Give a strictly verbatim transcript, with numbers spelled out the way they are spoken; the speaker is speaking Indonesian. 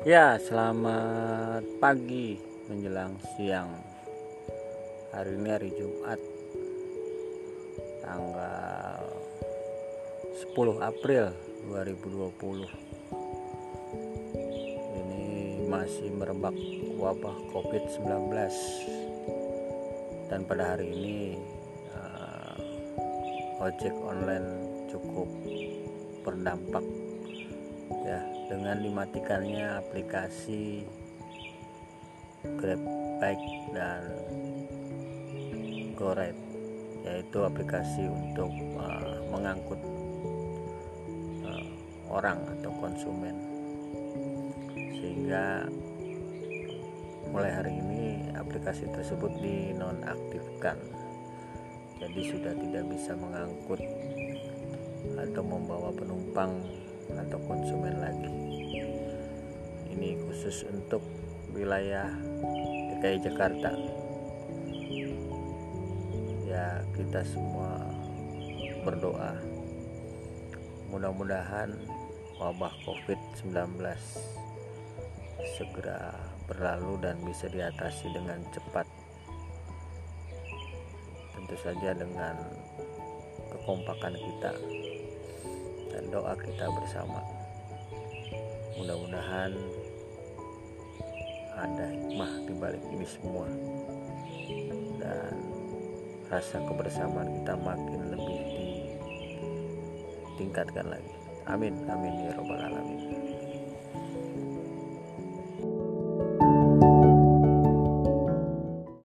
Ya, selamat pagi menjelang siang. Hari ini hari Jumat, tanggal sepuluh April dua ribu dua puluh. Ini masih merebak wabah covid sembilan belas. Dan pada hari ini uh, ojek online cukup berdampak ya, dengan dimatikannya aplikasi GrabBike dan GoRide, yaitu aplikasi untuk uh, mengangkut uh, orang atau konsumen, sehingga mulai hari ini aplikasi tersebut dinonaktifkan, jadi sudah tidak bisa mengangkut atau membawa penumpang atau konsumen lagi. Ini khusus untuk wilayah D K I Jakarta. Ya, kita semua berdoa mudah-mudahan wabah covid sembilan belas segera berlalu dan bisa diatasi dengan cepat. Tentu saja dengan kekompakan kita dan doa kita bersama. Mudah-mudahan ada hikmah di balik ini semua dan rasa kebersamaan kita makin lebih ditingkatkan lagi. Amin, amin ya robbal alamin.